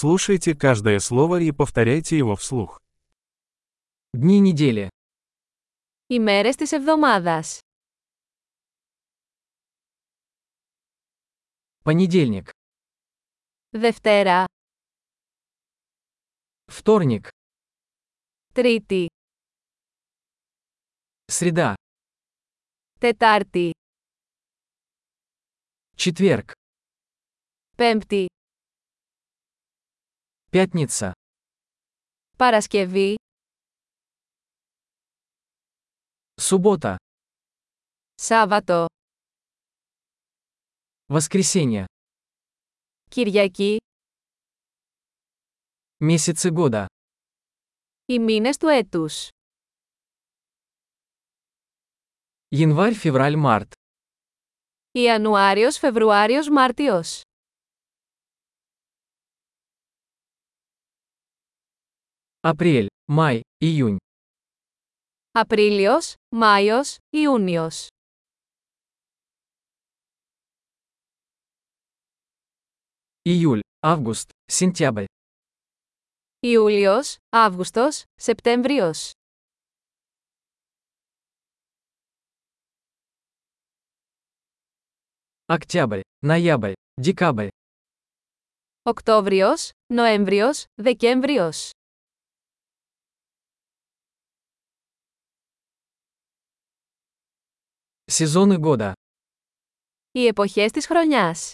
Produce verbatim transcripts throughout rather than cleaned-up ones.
Слушайте каждое слово и повторяйте его вслух. Дни недели. Ημέρες της εβδομάδας. Понедельник. Δευτέρα, Вторник. Τρίτη, Среда. Τετάρτη, Четверг. Πέμπτη, Пятница. Παρασκευή, Суббота. Σάββατο, Воскресенье. Κυριακή. Месяцы года. Οι μήνες του έτους. Январь, февраль, март. Ιανουάριος, Φεβρουάριος, Μάρτιος. Апрель, май, июнь. Απρίλιος, Μάιος, Ιούνιος. Июль, август, сентябрь. Ιούλιος, Αύγουστος, Σεπτέμβριος. Октябрь, ноябрь, декабрь. Οκτώβριος, Νοέμβριος, Δεκέμβριος. Сезоны года. Οι εποχές της χρονιάς.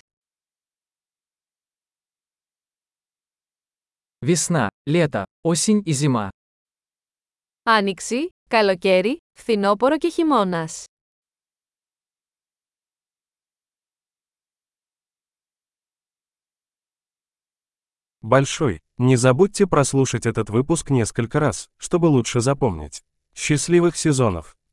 Весна, лето, осень и зима. Άνοιξη, καλοκαίρι, φθινόπωρο και χειμώνας. Большой. Не забудьте прослушать этот выпуск несколько раз, чтобы лучше запомнить. Счастливых сезонов!